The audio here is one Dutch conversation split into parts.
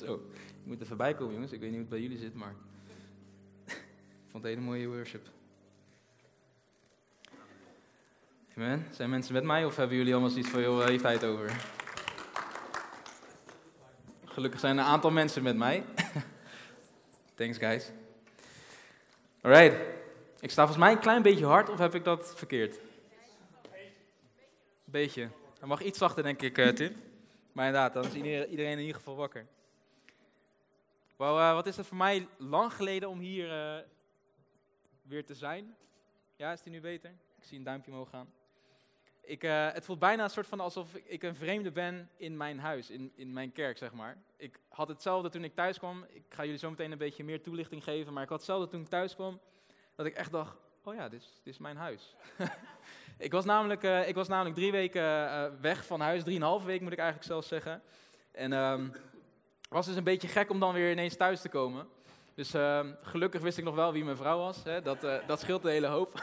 Zo, ik moet even bijkomen, jongens. Ik weet niet hoe het bij jullie zit, maar ik vond het een hele mooie worship. Amen. Zijn mensen met mij of hebben jullie allemaal zoiets van, joh, heeft hij het over? Gelukkig zijn er een aantal mensen met mij. Thanks, guys. Alright. Ik sta volgens mij een klein beetje hard, of heb ik dat verkeerd? Beetje. Hij mag iets zachter, denk ik, Tim. Maar inderdaad, dan is iedereen in ieder geval wakker. Wow, wat is het voor mij lang geleden om hier weer te zijn? Ja, is die nu beter? Ik zie een duimpje omhoog gaan. Het voelt bijna een soort van alsof ik een vreemde ben in mijn huis, in mijn kerk, zeg maar. Ik had hetzelfde toen ik thuis kwam. Ik ga jullie zo meteen een beetje meer toelichting geven, maar ik had hetzelfde toen ik thuis kwam. Dat ik echt dacht, oh ja, dit is mijn huis. Ik was namelijk 3 weken weg van huis, 3,5 week moet ik eigenlijk zelfs zeggen. En was dus een beetje gek om dan weer ineens thuis te komen. Dus gelukkig wist ik nog wel wie mijn vrouw was. Hè? Dat scheelt een hele hoop.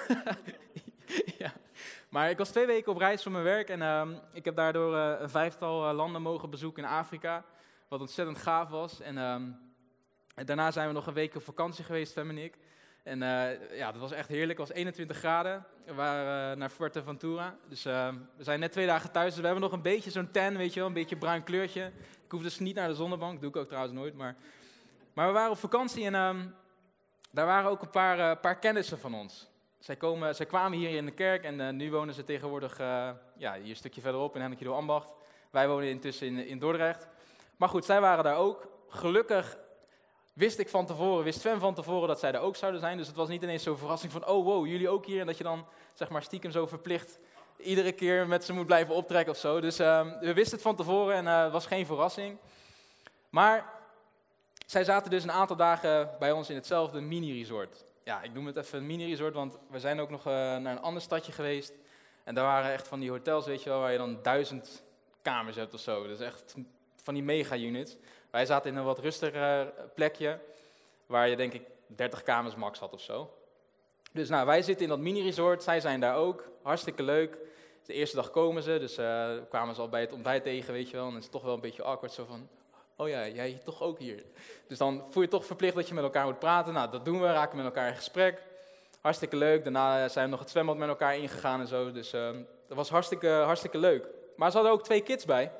Ja. Maar ik was 2 weken op reis voor mijn werk en ik heb daardoor een 5-tal landen mogen bezoeken in Afrika. Wat ontzettend gaaf was. En daarna zijn we nog een week op vakantie geweest, Fem en ik. En ja, dat was echt heerlijk. Het was 21 graden. We waren naar Fuerteventura. Dus we zijn net 2 dagen thuis. Dus we hebben nog een beetje zo'n tan, weet je wel. Een beetje bruin kleurtje. Ik hoef dus niet naar de zonnebank. Dat doe ik ook trouwens nooit. Maar we waren op vakantie en daar waren ook een paar kennissen van ons. Zij kwamen hier in de kerk en nu wonen ze tegenwoordig hier een stukje verderop in Henneke door Ambacht. Wij wonen intussen in Dordrecht. Maar goed, zij waren daar ook. Gelukkig wist Sven van tevoren dat zij er ook zouden zijn. Dus het was niet ineens zo'n verrassing van, oh wow, jullie ook hier. En dat je dan, zeg maar, stiekem zo verplicht iedere keer met ze moet blijven optrekken of zo. Dus we wisten het van tevoren en het was geen verrassing. Maar zij zaten dus een aantal dagen bij ons in hetzelfde mini-resort. Ja, ik noem het even een mini-resort, want we zijn ook nog naar een ander stadje geweest. En daar waren echt van die hotels, weet je wel, waar je dan 1000 kamers hebt of zo. Dus echt van die mega-units. Wij zaten in een wat rustiger plekje, waar je denk ik 30 kamers max had of zo. Dus nou, wij zitten in dat mini-resort, zij zijn daar ook. Hartstikke leuk. De eerste dag komen ze, dus kwamen ze al bij het ontbijt tegen, weet je wel. En het is toch wel een beetje awkward, zo van, oh ja, jij toch ook hier. Dus dan voel je toch verplicht dat je met elkaar moet praten. Nou, dat doen we, raken met elkaar in gesprek. Hartstikke leuk. Daarna zijn we nog het zwembad met elkaar ingegaan en zo. Dus dat was hartstikke leuk. Maar ze hadden ook 2 kids bij.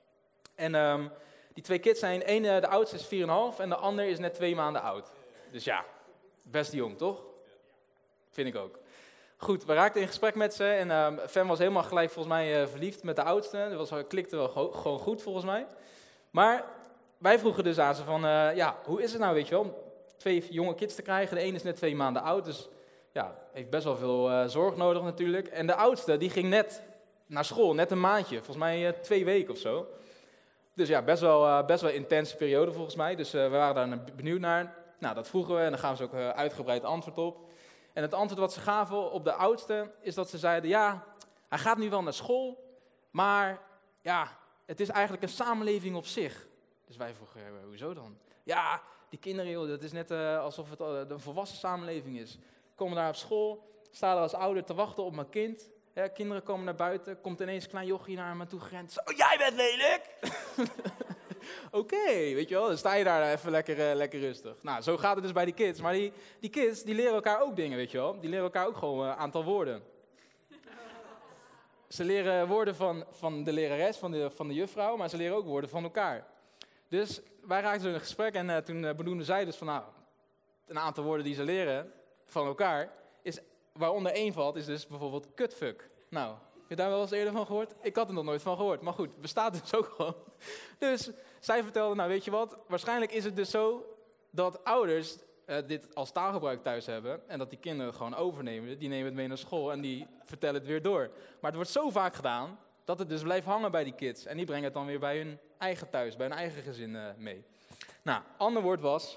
En die 2 kids zijn, de oudste is 4,5 en de ander is net 2 maanden oud. Dus ja, best jong, toch? Vind ik ook. Goed, we raakten in gesprek met ze en Fem was helemaal gelijk volgens mij verliefd met de oudste. Dat klikte wel gewoon goed volgens mij. Maar wij vroegen dus aan ze van, hoe is het nou, weet je wel, 2 jonge kids te krijgen. De een is net 2 maanden oud, dus ja, heeft best wel veel zorg nodig natuurlijk. En de oudste, die ging net naar school, net een maandje, volgens mij 2 weken of zo. Dus ja, best wel intense periode volgens mij, dus we waren daar benieuwd naar. Nou, dat vroegen we en daar gaven ze ook uitgebreid antwoord op. En het antwoord wat ze gaven op de oudste, is dat ze zeiden, ja, hij gaat nu wel naar school, maar ja, het is eigenlijk een samenleving op zich. Dus wij vroegen, hoezo dan? Ja, die kinderen, joh, dat is net alsof het een volwassen samenleving is. Komen daar op school, staan er als ouder te wachten op mijn kind. Ja, kinderen komen naar buiten, komt ineens een klein jochie naar me toe gerend. Zo, jij bent lelijk! Oké, weet je wel, dan sta je daar even lekker rustig. Nou, zo gaat het dus bij die kids. Maar die kids, die leren elkaar ook dingen, weet je wel. Die leren elkaar ook gewoon een aantal woorden. Ze leren woorden van de lerares, van de juffrouw, maar ze leren ook woorden van elkaar. Dus wij raakten zo in een gesprek en toen benoemden zij dus van, nou, een aantal woorden die ze leren van elkaar, waaronder één valt, is dus bijvoorbeeld kutfuck. Nou, heb je daar wel eens eerder van gehoord? Ik had er nog nooit van gehoord, maar goed, bestaat dus ook gewoon. Dus zij vertelde, nou weet je wat, waarschijnlijk is het dus zo dat ouders dit als taalgebruik thuis hebben en dat die kinderen het gewoon overnemen. Die nemen het mee naar school en die vertellen het weer door. Maar het wordt zo vaak gedaan dat het dus blijft hangen bij die kids. En die brengen het dan weer bij hun eigen thuis, bij hun eigen gezin mee. Nou, ander woord was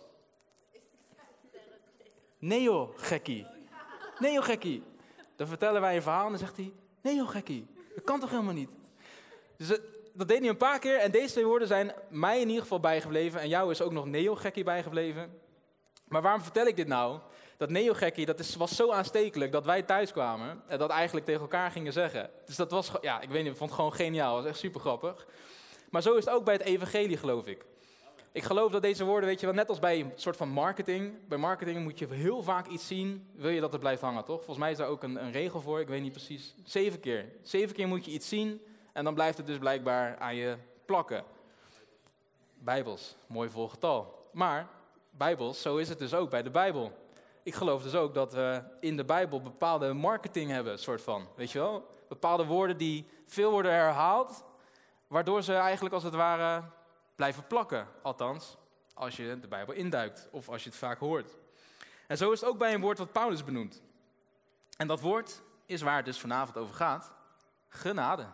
nee joh, gekkie. Nee joh, gekkie. Dan vertellen wij een verhaal en dan zegt hij, nee joh, gekkie. Dat kan toch helemaal niet? Dus dat deed hij een paar keer en deze 2 woorden zijn mij in ieder geval bijgebleven. En jou is ook nog nee joh, gekkie bijgebleven. Maar waarom vertel ik dit nou? Dat nee joh, gekkie, was zo aanstekelijk dat wij thuis kwamen en dat eigenlijk tegen elkaar gingen zeggen. Dus dat was, ik weet niet, ik vond het gewoon geniaal. Dat was echt super grappig. Maar zo is het ook bij het evangelie, geloof ik. Ik geloof dat deze woorden, weet je wel, net als bij een soort van marketing. Bij marketing moet je heel vaak iets zien, wil je dat het blijft hangen, toch? Volgens mij is daar ook een regel voor, ik weet niet precies. 7 keer. 7 keer moet je iets zien en dan blijft het dus blijkbaar aan je plakken. Bijbels, mooi vol getal. Maar, Bijbels, zo is het dus ook bij de Bijbel. Ik geloof dus ook dat we in de Bijbel bepaalde marketing hebben, soort van. Weet je wel? Bepaalde woorden die veel worden herhaald, waardoor ze eigenlijk als het ware blijven plakken. Althans, als je de Bijbel induikt of als je het vaak hoort. En zo is het ook bij een woord wat Paulus benoemt. En dat woord is waar het dus vanavond over gaat. Genade.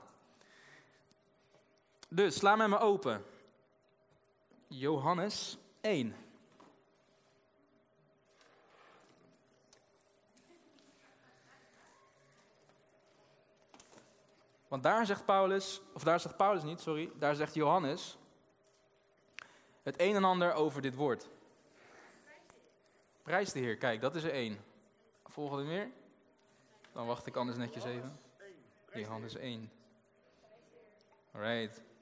Dus, sla met me open. Johannes 1. Want daar zegt Johannes het een en ander over dit woord. Prijs de Heer, kijk, dat is er 1. Volgende meer? Dan wacht ik anders netjes even. Johannes 1. Alright.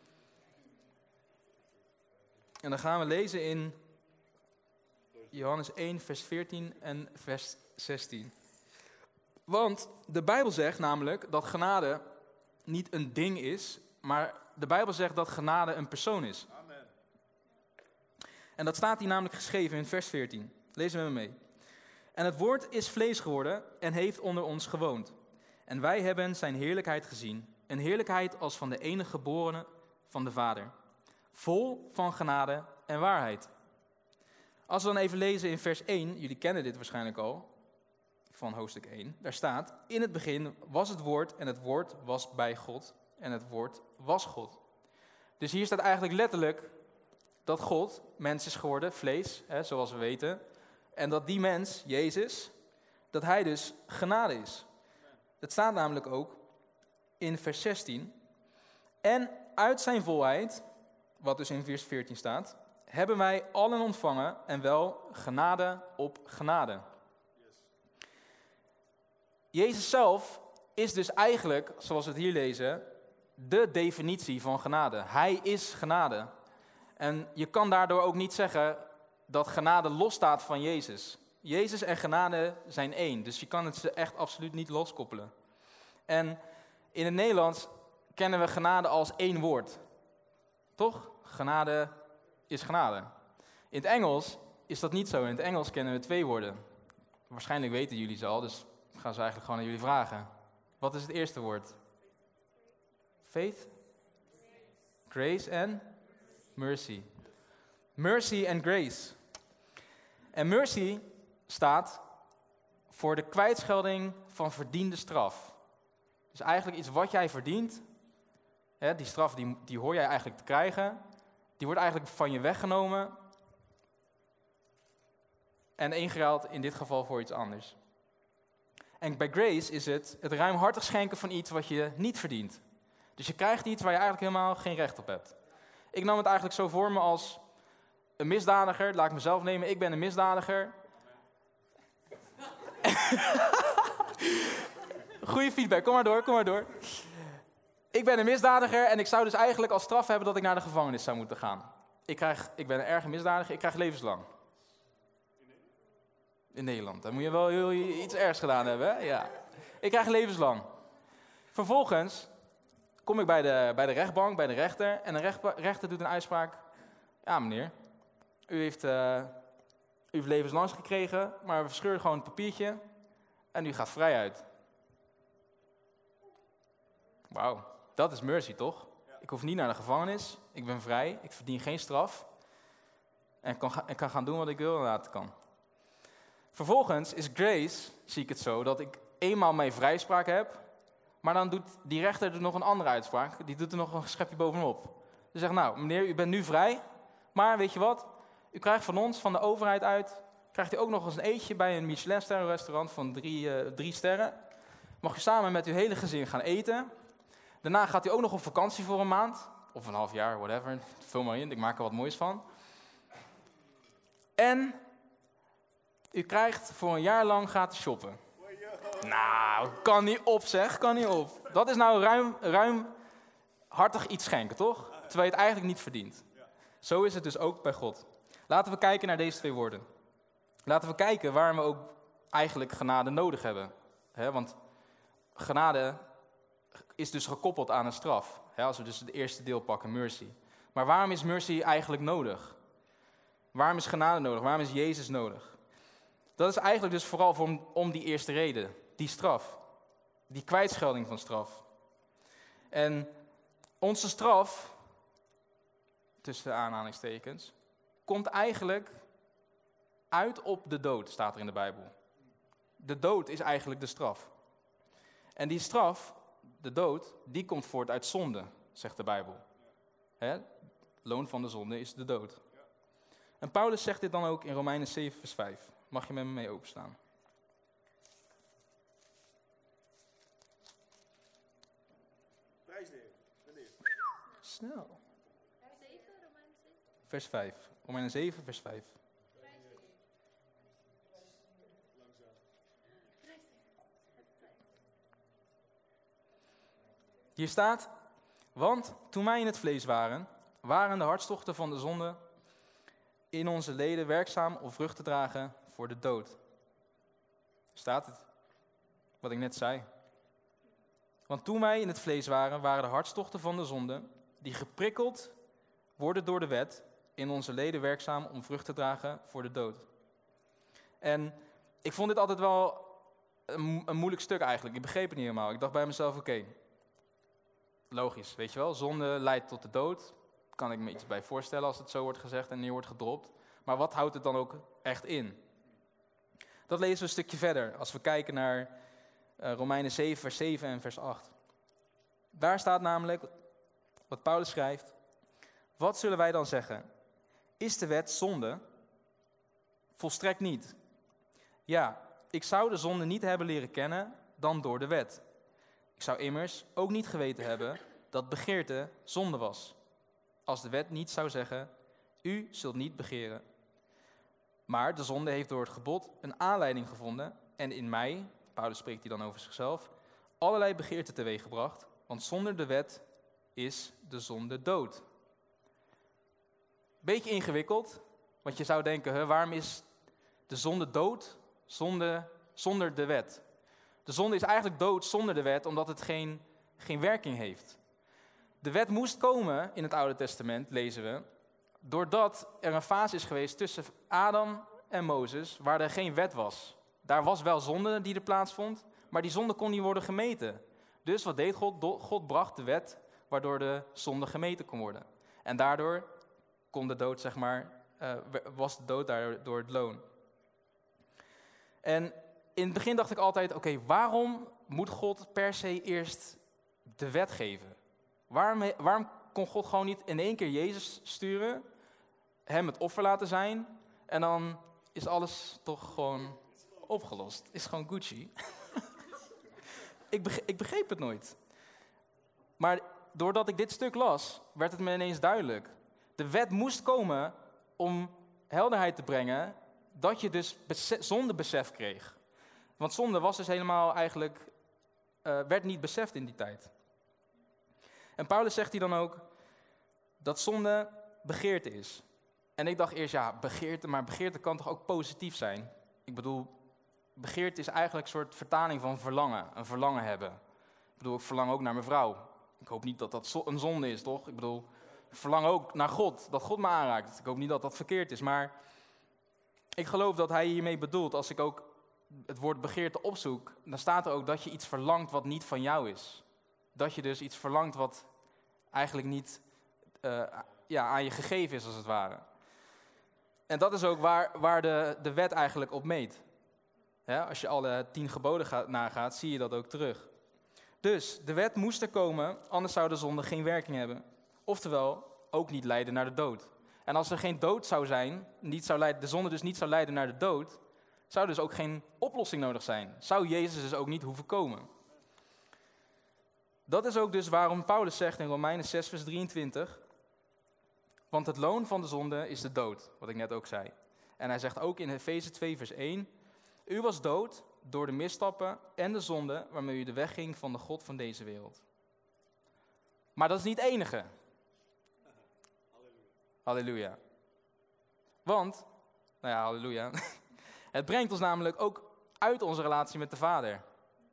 En dan gaan we lezen in Johannes 1, vers 14 en vers 16. Want de Bijbel zegt namelijk dat genade niet een ding is, maar de Bijbel zegt dat genade een persoon is. Amen. En dat staat hier namelijk geschreven in vers 14. Lees met me mee. En het woord is vlees geworden en heeft onder ons gewoond. En wij hebben zijn heerlijkheid gezien. Een heerlijkheid als van de enige geborene van de Vader. Vol van genade en waarheid. Als we dan even lezen in vers 1, jullie kennen dit waarschijnlijk al, van hoofdstuk 1. Daar staat, in het begin was het woord en het woord was bij God en het woord was God. Dus hier staat eigenlijk letterlijk dat God mens is geworden, vlees, zoals we weten. En dat die mens, Jezus, dat hij dus genade is. Het staat namelijk ook in vers 16. En uit zijn volheid, wat dus in vers 14 staat, hebben wij allen ontvangen en wel genade op genade. Jezus zelf is dus eigenlijk, zoals we het hier lezen, de definitie van genade. Hij is genade. En je kan daardoor ook niet zeggen dat genade losstaat van Jezus. Jezus en genade zijn één, dus je kan het ze echt absoluut niet loskoppelen. En in het Nederlands kennen we genade als één woord. Toch? Genade is genade. In het Engels is dat niet zo. In het Engels kennen we 2 woorden. Waarschijnlijk weten jullie ze al, dus ik ga ze eigenlijk gewoon aan jullie vragen. Wat is het eerste woord? Faith? Grace en mercy. Mercy en grace. En mercy staat voor de kwijtschelding van verdiende straf. Dus eigenlijk iets wat jij verdient, die straf die hoor jij eigenlijk te krijgen, die wordt eigenlijk van je weggenomen en ingeruild in dit geval voor iets anders. En bij grace is het ruimhartig schenken van iets wat je niet verdient. Dus je krijgt iets waar je eigenlijk helemaal geen recht op hebt. Ik nam het eigenlijk zo voor me als een misdadiger. Laat ik mezelf nemen, ik ben een misdadiger. Goeie feedback, kom maar door. Ik ben een misdadiger en ik zou dus eigenlijk als straf hebben dat ik naar de gevangenis zou moeten gaan. Ik ben een erge misdadiger, ik krijg levenslang. In Nederland, dan moet je wel heel iets ergs gedaan hebben, hè? Ja. Ik krijg levenslang. Vervolgens kom ik bij de rechtbank, bij de rechter. En de rechter doet een uitspraak. Ja, meneer, u heeft levenslang gekregen, maar we verscheuren gewoon het papiertje. En u gaat vrij uit. Wauw, dat is mercy, toch? Ik hoef niet naar de gevangenis, ik ben vrij, ik verdien geen straf. En ik kan gaan doen wat ik wil en laten kan. Vervolgens is grace, zie ik het zo, dat ik eenmaal mijn vrijspraak heb, maar dan doet die rechter er nog een andere uitspraak. Die doet er nog een schepje bovenop. Ze zegt, nou meneer, u bent nu vrij, maar weet je wat? U krijgt van ons, van de overheid uit, krijgt u ook nog eens een eetje bij een Michelin-sterrenrestaurant van 3 sterren. Mag u samen met uw hele gezin gaan eten. Daarna gaat u ook nog op vakantie voor een maand, of een half jaar, whatever. Vul maar in, ik maak er wat moois van. En u krijgt voor een jaar lang gratis shoppen. Nou, kan niet op zeg, kan niet op. Dat is nou ruimhartig iets schenken, toch? Terwijl je het eigenlijk niet verdient. Zo is het dus ook bij God. Laten we kijken naar deze 2 woorden. Laten we kijken waarom we ook eigenlijk genade nodig hebben. Want genade is dus gekoppeld aan een straf. Als we dus het eerste deel pakken, mercy. Maar waarom is mercy eigenlijk nodig? Waarom is genade nodig? Waarom is Jezus nodig? Dat is eigenlijk dus vooral om die eerste reden. Die straf. Die kwijtschelding van straf. En onze straf, tussen aanhalingstekens, komt eigenlijk uit op de dood, staat er in de Bijbel. De dood is eigenlijk de straf. En die straf, de dood, die komt voort uit zonde, zegt de Bijbel. Loon van de zonde is de dood. En Paulus zegt dit dan ook in Romeinen 7 vers 5. Mag je met me mee openstaan? Prijs de Heer. Wanneer? Snel. Vers 7, Romeinen 7. Vers 5. Romeinen 7 vers 5. Prijs de Heer. Langzaam. Prijs de Heer. Het tijd. Hier staat, want toen wij in het vlees waren, waren de hartstochten van de zonde in onze leden werkzaam om vrucht te dragen voor de dood. Staat het? Wat ik net zei. Want toen wij in het vlees waren, waren de hartstochten van de zonde, die geprikkeld worden door de wet, in onze leden werkzaam om vrucht te dragen voor de dood. En ik vond dit altijd wel een moeilijk stuk eigenlijk. Ik begreep het niet helemaal. Ik dacht bij mezelf, oké, logisch, weet je wel. Zonde leidt tot de dood. Kan ik me iets bij voorstellen als het zo wordt gezegd en neer wordt gedropt. Maar wat houdt het dan ook echt in? Dat lezen we een stukje verder als we kijken naar Romeinen 7 vers 7 en vers 8. Daar staat namelijk, wat Paulus schrijft, wat zullen wij dan zeggen? Is de wet zonde? Volstrekt niet. Ja, ik zou de zonde niet hebben leren kennen dan door de wet. Ik zou immers ook niet geweten hebben dat begeerte zonde was. Als de wet niet zou zeggen, u zult niet begeren. Maar de zonde heeft door het gebod een aanleiding gevonden en in mij, Paulus spreekt hier dan over zichzelf, allerlei begeerten teweeggebracht, want zonder de wet is de zonde dood. Beetje ingewikkeld, want je zou denken, waarom is de zonde dood zonder de wet? De zonde is eigenlijk dood zonder de wet, omdat het geen werking heeft. De wet moest komen in het Oude Testament, lezen we, doordat er een fase is geweest tussen Adam en Mozes, waar er geen wet was. Daar was wel zonde die er plaatsvond, maar die zonde kon niet worden gemeten. Dus wat deed God? God bracht de wet, waardoor de zonde gemeten kon worden. En daardoor kon de dood, was de dood daardoor het loon. En in het begin dacht ik altijd, oké, waarom moet God per se eerst de wet geven? Waarom kon God gewoon niet in één keer Jezus sturen, hem het offer laten zijn, en dan is alles toch gewoon opgelost? Is gewoon Gucci. Ik begreep het nooit. Maar doordat ik dit stuk las, werd het me ineens duidelijk. De wet moest komen om helderheid te brengen, dat je dus zondebesef kreeg. Want zonde was dus helemaal eigenlijk, werd niet beseft in die tijd. En Paulus zegt hier dan ook dat zonde begeerte is. En ik dacht eerst, ja, begeerte, maar begeerte kan toch ook positief zijn? Ik bedoel, begeerte is eigenlijk een soort vertaling van verlangen, een verlangen hebben. Ik bedoel, ik verlang ook naar mijn vrouw. Ik hoop niet dat dat een zonde is, toch? Ik bedoel, ik verlang ook naar God, dat God me aanraakt. Ik hoop niet dat dat verkeerd is, maar ik geloof dat hij hiermee bedoelt, als ik ook het woord begeerte opzoek, dan staat er ook dat je iets verlangt wat niet van jou is. Dat je dus iets verlangt wat eigenlijk niet aan je gegeven is, als het ware. En dat is ook waar de wet eigenlijk op meet. Ja, als je alle 10 geboden nagaat, zie je dat ook terug. Dus de wet moest er komen, anders zou de zonde geen werking hebben. Oftewel, ook niet leiden naar de dood. En als er geen dood zou zijn, de zonde dus niet zou leiden naar de dood, zou dus ook geen oplossing nodig zijn. Zou Jezus dus ook niet hoeven komen. Dat is ook dus waarom Paulus zegt in Romeinen 6 vers 23, want het loon van de zonde is de dood, wat ik net ook zei. En hij zegt ook in Efeze 2 vers 1, u was dood door de misstappen en de zonde waarmee u de weg ging van de God van deze wereld. Maar dat is niet het enige. Halleluja. Want, nou ja, halleluja. Het brengt ons namelijk ook uit onze relatie met de Vader.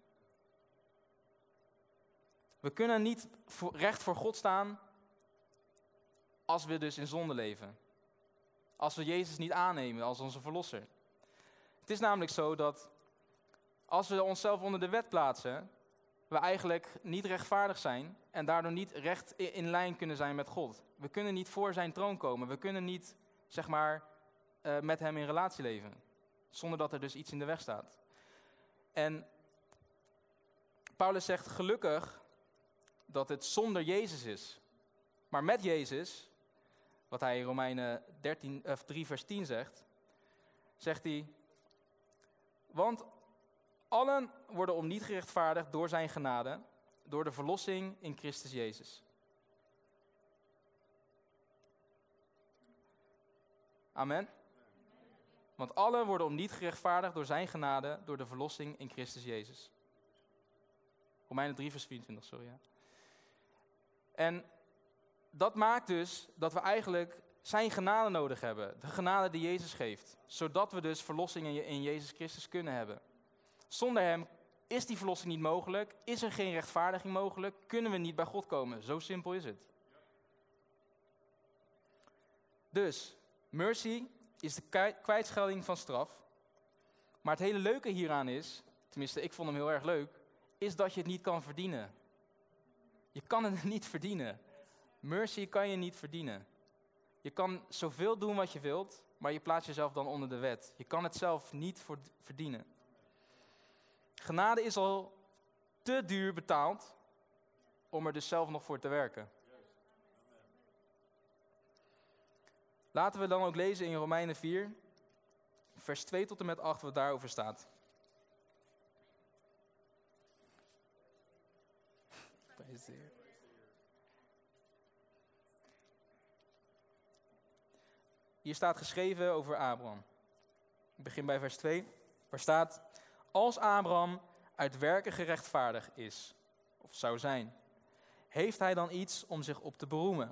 We kunnen niet recht voor God staan als we dus in zonde leven. Als we Jezus niet aannemen als onze verlosser. Het is namelijk zo dat als we onszelf onder de wet plaatsen, we eigenlijk niet rechtvaardig zijn en daardoor niet recht in lijn kunnen zijn met God. We kunnen niet voor zijn troon komen. We kunnen niet, zeg maar, met hem in relatie leven. Zonder dat er dus iets in de weg staat. En Paulus zegt gelukkig dat het zonder Jezus is. Maar met Jezus, wat hij in Romeinen 3 vers 10 zegt hij, want allen worden opnieuw gerechtvaardigd door zijn genade, door de verlossing in Christus Jezus. Amen. Want allen worden opnieuw gerechtvaardigd door zijn genade, door de verlossing in Christus Jezus. Romeinen 3 vers 24, sorry. Ja. En dat maakt dus dat we eigenlijk zijn genade nodig hebben. De genade die Jezus geeft. Zodat we dus verlossing in Jezus Christus kunnen hebben. Zonder hem is die verlossing niet mogelijk. Is er geen rechtvaardiging mogelijk. Kunnen we niet bij God komen. Zo simpel is het. Dus, mercy is de kwijtschelding van straf. Maar het hele leuke hieraan is, tenminste ik vond hem heel erg leuk, is dat je het niet kan verdienen. Je kan het niet verdienen. Mercy kan je niet verdienen. Je kan zoveel doen wat je wilt, maar je plaatst jezelf dan onder de wet. Je kan het zelf niet verdienen. Genade is al te duur betaald om er dus zelf nog voor te werken. Laten we dan ook lezen in Romeinen 4, vers 2 tot en met 8, wat daarover staat. Prijs de Heer. Hier staat geschreven over Abraham. Ik begin bij vers 2, waar staat: als Abraham uit werken gerechtvaardigd is, of zou zijn, heeft hij dan iets om zich op te beroemen?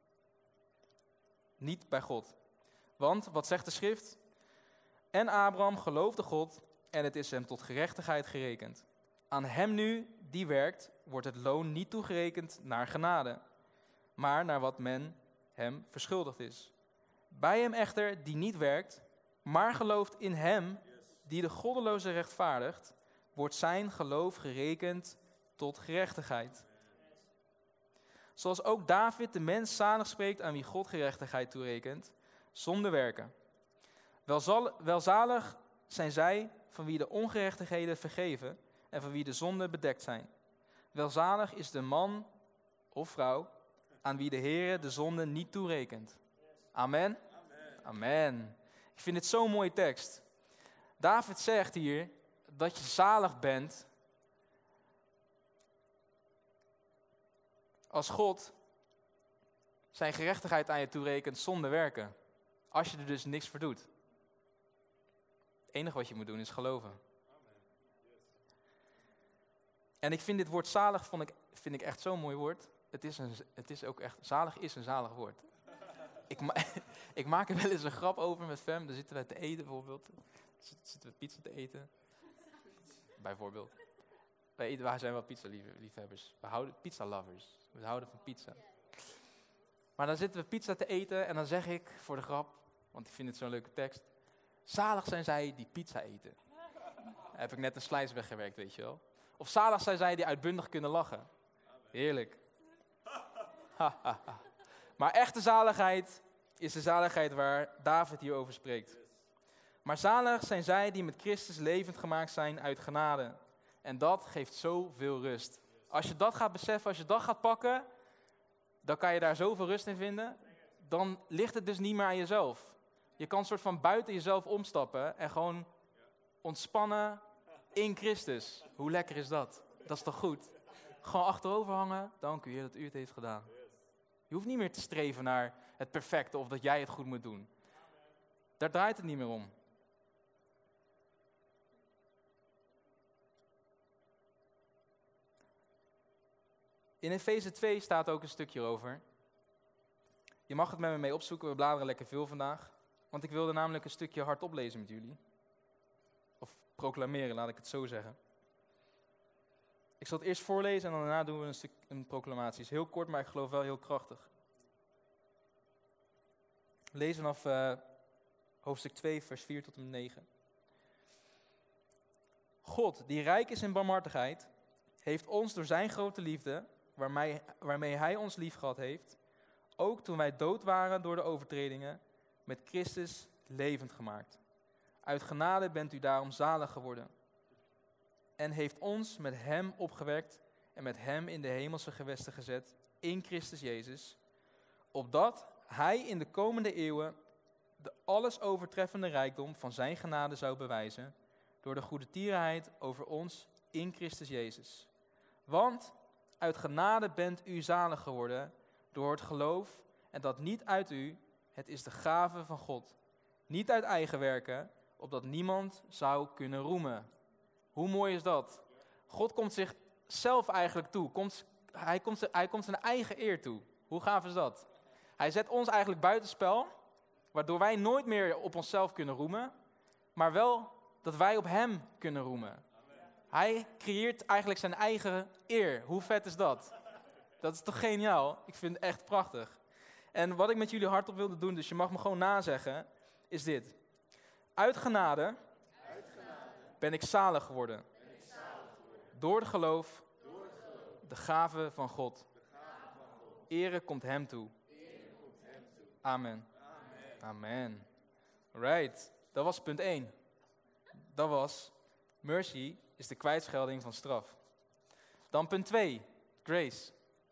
Niet bij God. Want, wat zegt de schrift? En Abraham geloofde God en het is hem tot gerechtigheid gerekend. Aan hem nu, die werkt, wordt het loon niet toegerekend naar genade, maar naar wat men hem verschuldigd is. Bij hem echter, die niet werkt, maar gelooft in hem, die de goddeloze rechtvaardigt, wordt zijn geloof gerekend tot gerechtigheid. Zoals ook David de mens zalig spreekt aan wie God gerechtigheid toerekent, zonder werken. Welzalig zijn zij van wie de ongerechtigheden vergeven en van wie de zonden bedekt zijn. Welzalig is de man of vrouw aan wie de Heere de zonde niet toerekent. Amen? Amen. Ik vind dit zo'n mooie tekst. David zegt hier dat je zalig bent als God zijn gerechtigheid aan je toerekent zonder werken. Als je er dus niks voor doet. Het enige wat je moet doen is geloven. En ik vind dit woord zalig vind ik echt zo'n mooi woord. Het is ook echt, zalig is een zalig woord. Ik maak er wel eens een grap over met Fem. Dan zitten we te eten bijvoorbeeld. Zitten we pizza te eten. Bijvoorbeeld. Wij zijn wel pizza-liefhebbers. We houden pizza-lovers. We houden van pizza. Maar dan zitten we pizza te eten en dan zeg ik voor de grap, want ik vind het zo'n leuke tekst: zalig zijn zij die pizza eten. Dan heb ik net een slice weggewerkt, weet je wel. Of zalig zijn zij die uitbundig kunnen lachen. Heerlijk. Maar echte zaligheid is de zaligheid waar David hier over spreekt. Maar zalig zijn zij die met Christus levend gemaakt zijn uit genade. En dat geeft zoveel rust. Als je dat gaat beseffen, als je dat gaat pakken, dan kan je daar zoveel rust in vinden. Dan ligt het dus niet meer aan jezelf. Je kan een soort van buiten jezelf omstappen en gewoon ontspannen in Christus. Hoe lekker is dat? Dat is toch goed? Gewoon achterover hangen. Dank u Heer dat u het heeft gedaan. Je hoeft niet meer te streven naar het perfecte of dat jij het goed moet doen. Daar draait het niet meer om. In Efeze 2 staat ook een stukje over. Je mag het met me mee opzoeken, we bladeren lekker veel vandaag. Want ik wilde namelijk een stukje hardop lezen met jullie. Of proclameren, laat ik het zo zeggen. Ik zal het eerst voorlezen en dan daarna doen we een proclamatie. Het is heel kort, maar ik geloof wel heel krachtig. Lees vanaf hoofdstuk 2, vers 4 tot en met 9. God, die rijk is in barmhartigheid, heeft ons door zijn grote liefde, waarmee hij ons liefgehad heeft, ook toen wij dood waren door de overtredingen, met Christus levend gemaakt. Uit genade bent u daarom zalig geworden. En heeft ons met hem opgewekt en met hem in de hemelse gewesten gezet, in Christus Jezus, opdat hij in de komende eeuwen de alles overtreffende rijkdom van zijn genade zou bewijzen, door de goedertierenheid over ons in Christus Jezus. Want uit genade bent u zalig geworden door het geloof, en dat niet uit u, het is de gave van God. Niet uit eigen werken, opdat niemand zou kunnen roemen. Hoe mooi is dat? God komt zichzelf eigenlijk toe. Hij komt zijn eigen eer toe. Hoe gaaf is dat? Hij zet ons eigenlijk buitenspel, waardoor wij nooit meer op onszelf kunnen roemen, maar wel dat wij op hem kunnen roemen. Hij creëert eigenlijk zijn eigen eer. Hoe vet is dat? Dat is toch geniaal? Ik vind het echt prachtig. En wat ik met jullie hardop wilde doen, dus je mag me gewoon nazeggen, is dit. Uit genade ben ik zalig geworden. Door het geloof, de gave van God. Ere komt hem toe. Amen. Amen. Right, dat was punt 1. Dat was, mercy is de kwijtschelding van straf. Dan punt 2, grace.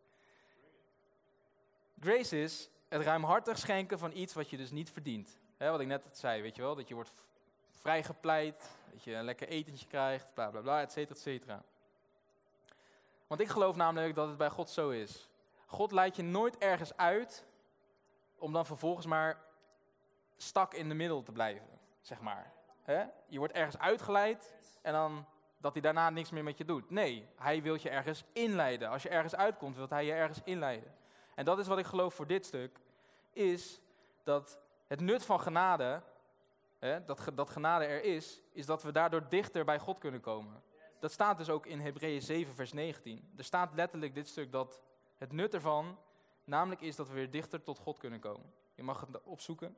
Grace is het ruimhartig schenken van iets wat je dus niet verdient. Wat ik net zei, weet je wel, dat je wordt vrijgepleit, dat je een lekker etentje krijgt, bla bla bla, et cetera, et cetera. Want ik geloof namelijk dat het bij God zo is. God leidt je nooit ergens uit om dan vervolgens maar stak in de middel te blijven, zeg maar. Je wordt ergens uitgeleid en dan dat hij daarna niks meer met je doet. Nee, hij wil je ergens inleiden. Als je ergens uitkomt, wil hij je ergens inleiden. En dat is wat ik geloof voor dit stuk, is dat het nut van genade, dat genade er is dat we daardoor dichter bij God kunnen komen. Dat staat dus ook in Hebreeën 7 vers 19. Er staat letterlijk dit stuk dat het nut ervan namelijk is dat we weer dichter tot God kunnen komen. Je mag het opzoeken.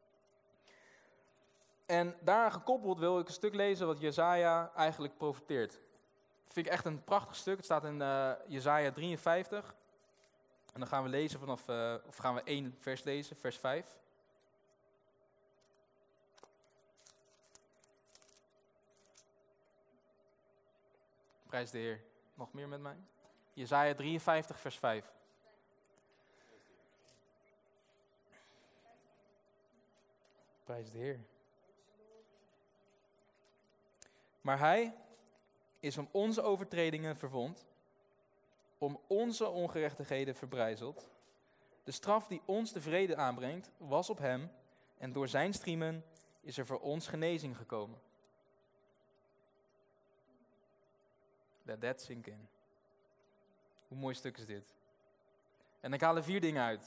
En daaraan gekoppeld wil ik een stuk lezen wat Jesaja eigenlijk profeteert. Dat vind ik echt een prachtig stuk. Het staat in Jesaja 53. En dan gaan we lezen gaan we 1 vers lezen, vers 5. Prijs de Heer. Nog meer met mij? Jesaja 53 vers 5. Prijs de Heer. Maar hij is om onze overtredingen verwond, om onze ongerechtigheden verbrijzeld. De straf die ons de vrede aanbrengt, was op hem, en door zijn striemen is er voor ons genezing gekomen. Let that sink in. Hoe mooi stuk is dit? En ik haal er 4 dingen uit.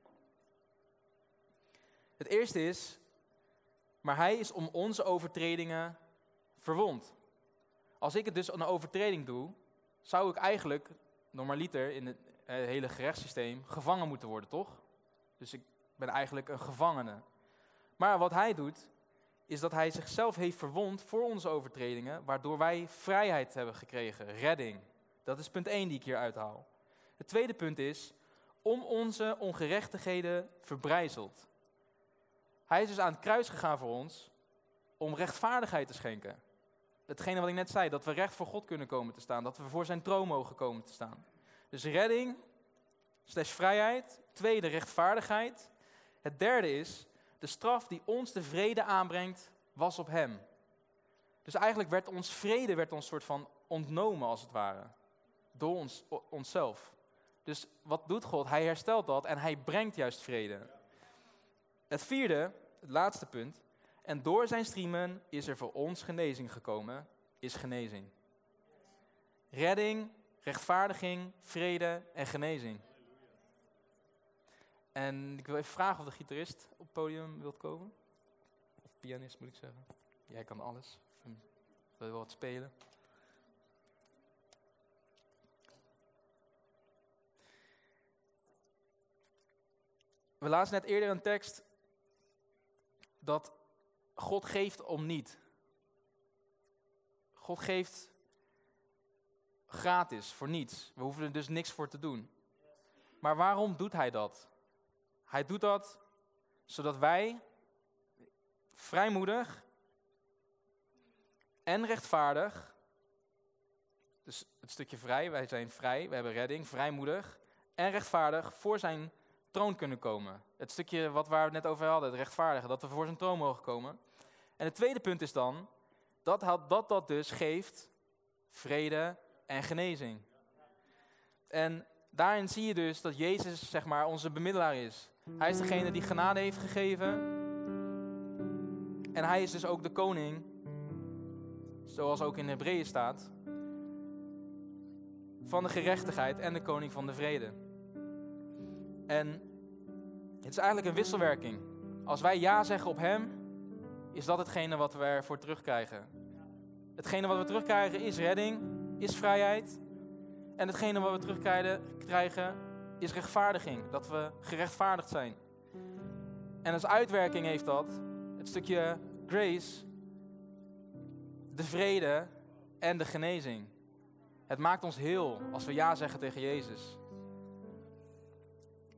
Het eerste is, maar hij is om onze overtredingen verwond. Als ik het dus een overtreding doe, zou ik eigenlijk, normaliter in het hele gerechtssysteem, gevangen moeten worden, toch? Dus ik ben eigenlijk een gevangene. Maar wat hij doet, is dat hij zichzelf heeft verwond voor onze overtredingen, waardoor wij vrijheid hebben gekregen, redding. Dat is punt 1 die ik hier uithaal. Het tweede punt is, om onze ongerechtigheden verbrijzeld. Hij is dus aan het kruis gegaan voor ons, om rechtvaardigheid te schenken. Hetgene wat ik net zei, dat we recht voor God kunnen komen te staan, dat we voor zijn troon mogen komen te staan. Dus redding, / vrijheid. Tweede, rechtvaardigheid. Het derde is, de straf die ons de vrede aanbrengt, was op hem. Dus eigenlijk werd ons vrede soort van ontnomen, als het ware. Door onszelf. Dus wat doet God? Hij herstelt dat en hij brengt juist vrede. Het vierde, het laatste punt. En door zijn striemen is er voor ons genezing gekomen, is genezing. Redding, rechtvaardiging, vrede en genezing. En ik wil even vragen of de gitarist op het podium wilt komen. Of pianist moet ik zeggen. Jij kan alles. Wil je wel wat spelen? We lazen net eerder een tekst dat God geeft om niet. God geeft gratis, voor niets. We hoeven er dus niks voor te doen. Maar waarom doet hij dat? Hij doet dat zodat wij vrijmoedig en rechtvaardig, dus het stukje vrij, wij zijn vrij, we hebben redding, vrijmoedig en rechtvaardig voor zijn troon kunnen komen. Het stukje waar we het net over hadden, het rechtvaardige, dat we voor zijn troon mogen komen. En het tweede punt is dan, dat dus geeft vrede en genezing. En daarin zie je dus dat Jezus, zeg maar, onze bemiddelaar is. Hij is degene die genade heeft gegeven. En hij is dus ook de koning, zoals ook in Hebreeën staat, van de gerechtigheid en de koning van de vrede. En het is eigenlijk een wisselwerking. Als wij ja zeggen op hem, is dat hetgene wat we ervoor terugkrijgen. Hetgene wat we terugkrijgen is redding, is vrijheid. En hetgene wat we terugkrijgen is rechtvaardiging. Dat we gerechtvaardigd zijn. En als uitwerking heeft dat, het stukje grace, de vrede en de genezing. Het maakt ons heel als we ja zeggen tegen Jezus.